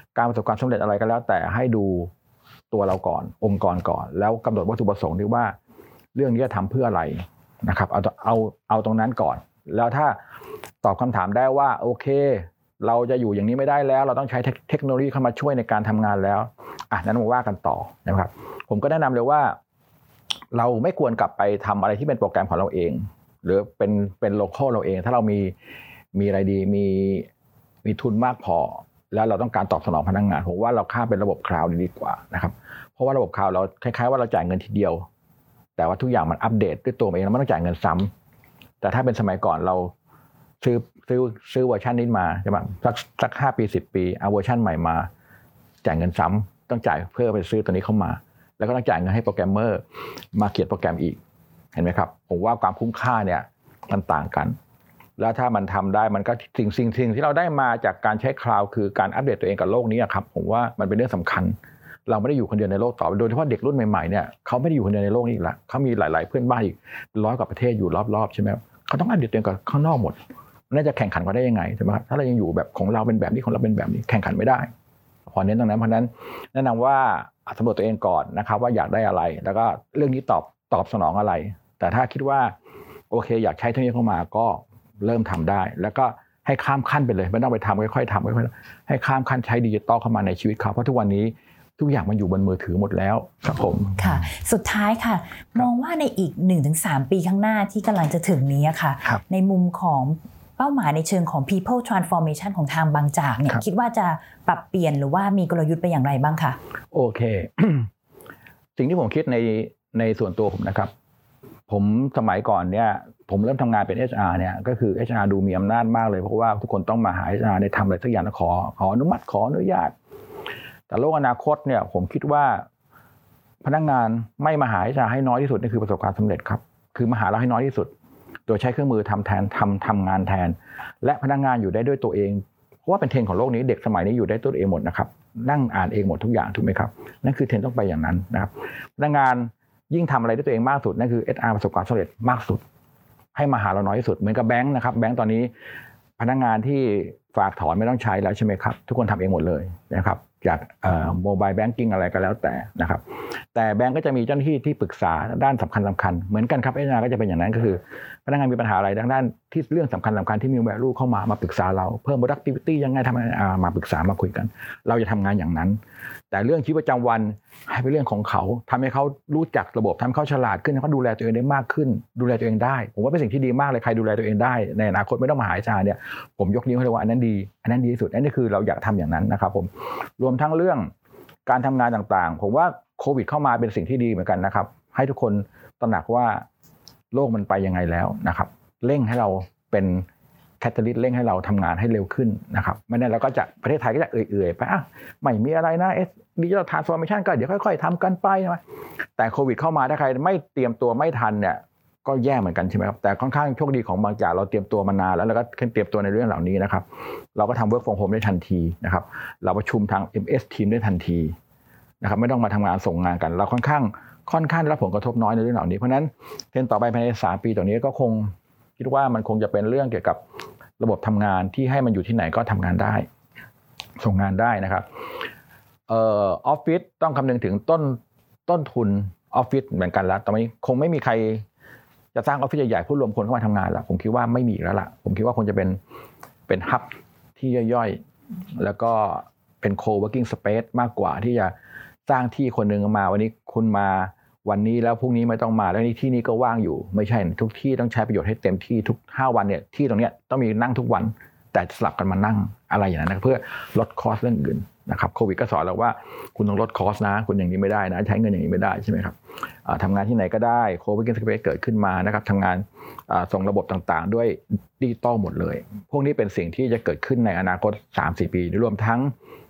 การประสบความสำเร็จอะไรก็แล้วแต่ให้ดูตัวเราก่อนองค์กรก่อนแล้วกำหนดวัตถุประสงค์ที่ว่าเรื่องนี้จะทำเพื่ออะไรนะครับเอาเอาเอาตรงนั้นก่อนแล้วถ้าตอบคำถามได้ว่าโอเคเราจะอยู่อย่างนี้ไม่ได้แล้วเราต้องใช้เทคโนโลยีเข้ามาช่วยในการทำงานแล้วอ่ะนั้นมาว่ากันต่อนะครับผมก็แนะนำเลยว่าเราไม่ควรกลับไปทำอะไรที่เป็นโปรแกรมของเราเองหรือเป็นเป็นโลคอลเราเองถ้าเรามีมีอะไรดีมีมีทุนมากพอแล้วเราต้องการตอบสนองพนักงานผมว่าเราข้ามเป็นระบบคลาวด์ดีกว่านะครับเพราะว่าระบบคลาวด์เราคล้ายๆว่าเราจ่ายเงินทีเดียวแต่ว่าทุกอย่างมันอัปเดตด้วยตัวเองเราไม่ต้องจ่ายเงินซ้ำแต่ถ้าเป็นสมัยก่อนเราซื้อซื้อซื้อเวอร์ชันนี้มาใช่ไหมสักสักห้าปีสิบปีเอาเวอร์ชันใหม่มาจ่ายเงินซ้ำต้องจ่ายเพื่อไปซื้อตัวนี้เข้ามาแล้วก็ต้องจ่ายเงินให้โปรแกรมเมอร์มาเขียนโปรแกรมอีกเห็นไหมครับผมว่าความคุ้มค่าเนี่ยมันต่างกันแล้วถ้ามันทำได้มันก็สิ่งสิ่งสิ่งที่เราได้มาจากการใช้คลาวด์คือการอัปเดตตัวเองกับโลกนี้ครับผมว่ามันเป็นเรื่องสำคัญเราไม่ได้อยู่คนเดียวในโลกต่อโดยเฉพาะเด็กรุ่นใหม่ๆเนี่ยเขาไม่ได้อยู่คนเดียวในโลกนี้อีกแล้วเขามีหลายๆเพื่อนบ้านอีกร้อยกว่าประเทศอยู่รอบๆใช่ไหมเขาต้องอัปเดตตัวเองกับข้างนอกหมดน่าจะแข่งขันกันได้ยังไงใช่ไหมครับถ้าเรายังอยู่แบบของเราเป็นแบบนี้ของเราเป็นแบบนี้แข่งขันไม่ได้พอเน้นตรงนั้นเพราะนั้นแนะนำว่าสำรวจตัวเองก่อนนะครับว่าอยากได้อะไรแล้วก็เรื่องนี้ตอบตอบสนองอะไรแต่ถ้าคิดว่าโอเคอยากใช้เทคโนโลยีเข้ามาก็เริ่มทำได้แล้วก็ให้ข้ามขั้นไปเลยไม่ต้องไปทำค่อยๆทำค่อยๆให้ข้ามขั้นใช้ดิจิตอลเข้ามาในชีวิตเขาเพราะทุกวันนี้ทุกอย่างมันอยู่บนมือถือหมดแล้วครับผมค่ะสุดท้ายค่ะมองว่าในอีก หนึ่งถึงสาม ปีข้างหน้าที่กำลังจะถึงนี้ค่ะในมุมของเป้าหมายในเชิงของ people transformation ของทางบางจากเนี่ยคิดว่าจะปรับเปลี่ยนหรือว่ามีกลยุทธ์ไปอย่างไรบ้างคะโอเค สิ่งที่ผมคิดในในส่วนตัวผมนะครับผมสมัยก่อนเนี่ยผมเริ่มทำงานเป็น เอช อาร์ เนี่ยก็คือ เอช อาร์ ดูมีอำนาจมากเลยเพราะว่าทุกคนต้องมาหา เอช อาร์ ในทำอะไรสักอย่างขอขออนุมัติขออนุญาตแต่โลกอนาคตเนี่ยผมคิดว่าพนักงานไม่มาหา เอช อาร์ ให้น้อยที่สุดนี่คือประสบความสำเร็จครับคือมาหาเราให้น้อยที่สุดโดยใช้เครื่องมือทำแทนทำทำงานแทนและพนักงานอยู่ได้ด้วยตัวเองเพราะว่าเป็นเทรนด์ของโลกนี้เด็กสมัยนี้อยู่ได้ตัวเองหมดนะครับนั่งอ่านเองหมดทุกอย่างถูกไหมครับนั่นคือเทรนด์ต้องไปอย่างนั้นนะครับพนักงานยิ่งทำอะไรด้วยตัวเองมากสุดนั่นคือ เอช อาร์ ประสบความสำเร็จมากสุดให้มาหาเราน้อยที่สุดเหมือนกับแบงค์นะครับแบงค์ตอนนี้พนักงานที่ฝากถอนไม่ต้องใช้แล้วใช่ไหมครับทุกคนทำเองหมดเลยนะครับจากโมบายแบงกิ้งอะไรก็แล้วแต่นะครับแต่แบงก์ก็จะมีเจ้าหน้าที่ที่ปรึกษาด้านสำคัญสำคัญเหมือนกันครับเอช อาร์ ก็จะเป็นอย่างนั้นก็คือพนักงานมีปัญหาอะไรด้านที่เรื่องสำคัญสำคัญที่มี value เข้ามามาปรึกษาเราเพิ่ม productivity ยังไงทำอะไรมาปรึกษามาคุยกันเราจะทำงานอย่างนั้นแต่เรื่องชีวิตประจำวันให้เป็นเรื่องของเขาทำให้เขารู้จักระบบทำให้เขาฉลาดขึ้นให้เขาดูแลตัวเองได้มากขึ้นดูแลตัวเองได้ผมว่าเป็นสิ่งที่ดีมากเลยใครดูแลตัวเองได้ในอนาคตไม่ต้องมาหา เอช อาร์ เนี่ยผมยกนิ้วให้เลยว่าอันนั้นดีอันนั้นดีที่สุดอันนี้คือเราอยากทำอย่างนั้นนะครับผมรวมทั้งเรื่องการทำงานต่างๆผมว่าโควิดเข้ามาเป็นสิ่งที่ดีเหมือนกันนะครับให้ทุกคนตระหนักว่าโลกมันไปยังไงแล้วนะครับเร่งให้เราเป็นแคตตาลิสต์เร่งให้เราทำงานให้เร็วขึ้นนะครับไม่นั้นเราก็จะประเทศไทยก็จะเอื่อยๆไปอ่ะไม่มีอะไรนะเอสดิจิทัลทรานส์ฟอร์เมชันก็เดี๋ยวค่อยๆทำกันไปใช่ไหมแต่โควิดเข้ามาถ้าใครไม่เตรียมตัวไม่ทันเนี่ยก็แย่เหมือนกันใช่ไหมครับแต่ค่อนข้างโชคดีของบางจากเราเตรียมตัวมานานแล้วแล้วก็เตรียมตัวในเรื่องเหล่านี้นะครับเราก็ทำ work from home ได้ทันทีนะครับเราประชุมทาง เอ็ม เอส ทีมได้ทันทีนะครับไม่ต้องมาทำงานส่งงานกันเราค่อนข้างค่อนข้างได้รับผลกระทบน้อยในเรื่องเหล่านี้เพราะนั้นเทรนด์ต่อไปภายในสามปีต่อนี้ก็คงคิดว่ามันคงจะเป็นเรื่องเกี่ยวกับระบบทำงานที่ให้มันอยู่ที่ไหนก็ทำงานได้ส่งงานได้นะครับเอ่อออฟฟิศต้องคำนึงถึงต้นต้นทุนออฟฟิศเหมือนกันแล้วตอนนี้คงไม่มีใครจะสร้างออฟฟิศใหญ่ๆผู้รวมคนเข้ามาทำงานแล้วผมคิดว่าไม่มีแล้วล่ะผมคิดว่าคงจะเป็นเป็นฮับที่ย่อยๆแล้วก็เป็นโคเวิร์กิ้งสเปซมากกว่าที่จะสร้างที่คนนึงมาวันนี้คุณมาวันนี้แล้วพรุ่งนี้ไม่ต้องมาแล้วนี่ที่นี้ก็ว่างอยู่ไม่ใช่ทุกที่ต้องใช้ประโยชน์ให้เต็มที่ทุกห้าวันเนี่ยที่ตรงเนี้ยต้องมีนั่งทุกวันแต่สลับกันมานั่งอะไรอย่างนั้นนะเพื่อลดคอสเรื่องอื่นนะครับโควิดก็สอนเราว่าคุณต้องลดคอสนะคุณอย่างนี้ไม่ได้นะใช้เงินอย่างนี้ไม่ได้ใช่ไหมครับทำงานที่ไหนก็ได้โคเวิร์กิ้งสเปซเกิดขึ้นมานะครับทำงานส่งระบบต่างๆด้วยดิจิตอลหมดเลยพวกนี้เป็นสิ่งที่จะเกิดขึ้นในอนาคต สามถึงสี่ ปีรวมทั้ง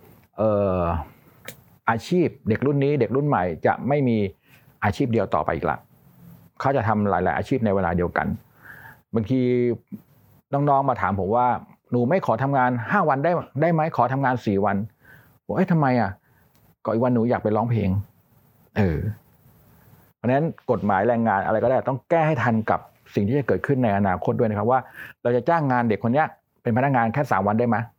อาชีพเด็กรุ่นนี้เด็กรุ่นใหม่จะไม่มีอาชีพเดียวต่อไปอีกละเขาจะทำหลายๆอาชีพในเวลาเดียวกันบางทีน้องๆมาถามผมว่าหนูไม่ขอทำงานห้าวันได้ได้ไหมขอทำงานสี่วันบอกเอ้ยทำไมอ่ะก็อีกวันหนูอยากไปร้องเพลงเออเพราะฉะนั้นกฎหมายแรงงานอะไรก็ได้ต้องแก้ให้ทันกับสิ่งที่จะเกิดขึ้นในอนาคตด้วยนะครับว่าเราจะจ้างงานเด็กคนนี้เป็นพนักงานแค่สามวันได้ไหม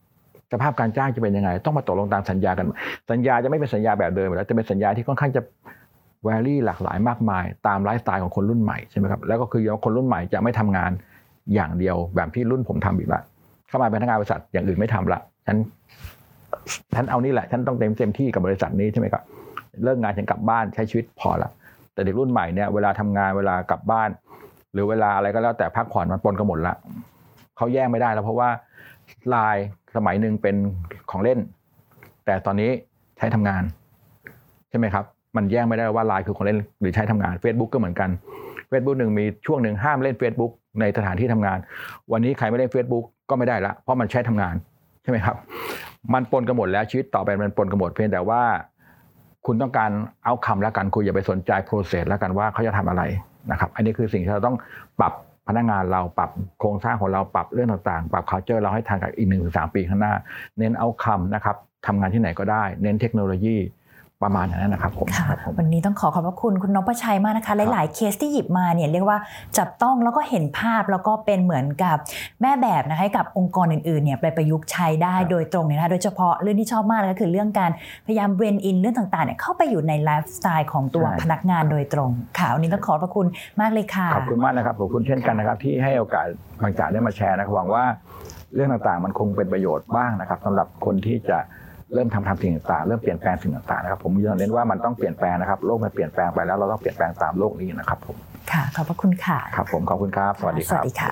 สภาพการจ้างจะเป็นยังไงต้องมาตกลงตามสัญญากันสัญญาจะไม่เป็นสัญญาแบบเดิมแล้วจะเป็นสัญญาที่ค่อนข้างจะแวรี่หลากหลายมากมายตามไลฟ์สไตล์ของคนรุ่นใหม่ใช่ไหมครับแล้วก็คือคนรุ่นใหม่จะไม่ทำงานอย่างเดียวแบบที่รุ่นผมทำอีกละเข้ามาเป็นพนักงานบริษัทอย่างอื่นไม่ทำละฉันฉันเอานี่แหละฉันต้องเต็มเต็มที่กับบริษัทนี้ใช่ไหมครับเลิกงานฉันกลับบ้านใช้ชีวิตพอละแต่เด็กรุ่นใหม่เนี่ยเวลาทำงานเวลากลับบ้านหรือเวลาอะไรก็แล้วแต่พักผ่อนมันปนกันหมดละเขาแยกไม่ได้แล้วเพราะว่าไลน์สมัยหนึ่งเป็นของเล่นแต่ตอนนี้ใช้ทำงานใช่ไหมครับมันแยกไม่ได้ว่าไลน์คือของเล่นหรือใช้ทำงาน Facebook ก็เหมือนกัน Facebook หนึ่งมีช่วงหนึ่งห้ามเล่น Facebook ในสถานที่ทำงานวันนี้ใครไม่เล่น Facebook ก็ไม่ได้ละเพราะมันใช้ทำงานใช่ไหมครับมันปนกันหมดแล้วชีวิตต่อไปมันปนกันหมดเพียงแต่ว่าคุณต้องการเอาคำแล้วกันคุณอย่าไปสนใจ process แล้วกันว่าเขาจะทำอะไรนะครับอันนี้คือสิ่งที่เราต้องปรับพนักงานเราปรับโครงสร้างของเราปรับเรื่องต่างๆปรับ culture เราให้ทันกับอีก หนึ่งถึงสาม ปีข้างหน้าเน้นเอาคำนะครับทำงานที่ไหนก็ได้เน้นเทคโนโลยีประมาณนั้นนะครับผมค่ะวันนี้ต้องขอขอบพระคุณคุณนพชัยมากนะคะหลายๆเคสที่หยิบมาเนี่ยเรียกว่าจับต้องแล้วก็เห็นภาพแล้วก็เป็นเหมือนกับแม่แบบนะคะให้กับองค์กรอื่นๆเนี่ยไปประยุกต์ใช้ได้โดยตรงเนี่ยนะคะโดยเฉพาะเรื่องที่ชอบมากเลยก็คือเรื่องการพยายามเบรนอินเรื่องต่างๆเนี่ยเข้าไปอยู่ในไลฟ์สไตล์ของตัวพนักงานโดยตรงค่ะวันนี้ต้องขอบพระคุณมากเลยค่ะขอบคุณมากนะครับขอบคุณเช่นกันนะครับที่ให้โอกาสบางจากได้มาแชร์นะครับหวังว่าเรื่องต่างๆมันคงเป็นประโยชน์บ้างนะครับสำหรับคนที่จะเริ่มทำทำสิ่งต่างๆเริ่มเปลี่ยนแปลงสิ่งต่างๆนะครับผมยืนยันเน้นว่ามันต้องเปลี่ยนแปลงนะครับโลกมันเปลี่ยนแปลงไปแล้วเราต้องเปลี่ยนแปลงตามโลกนี้นะครับผมค่ะขอบพระคุณค่ะครับผมขอบคุณครับสวัสดีครับสวัสดีค่ะ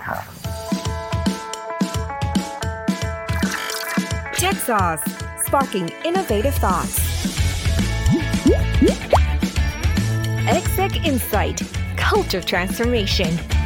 TechSauce Sparking Innovative Thoughts Exec Insight Culture Transformation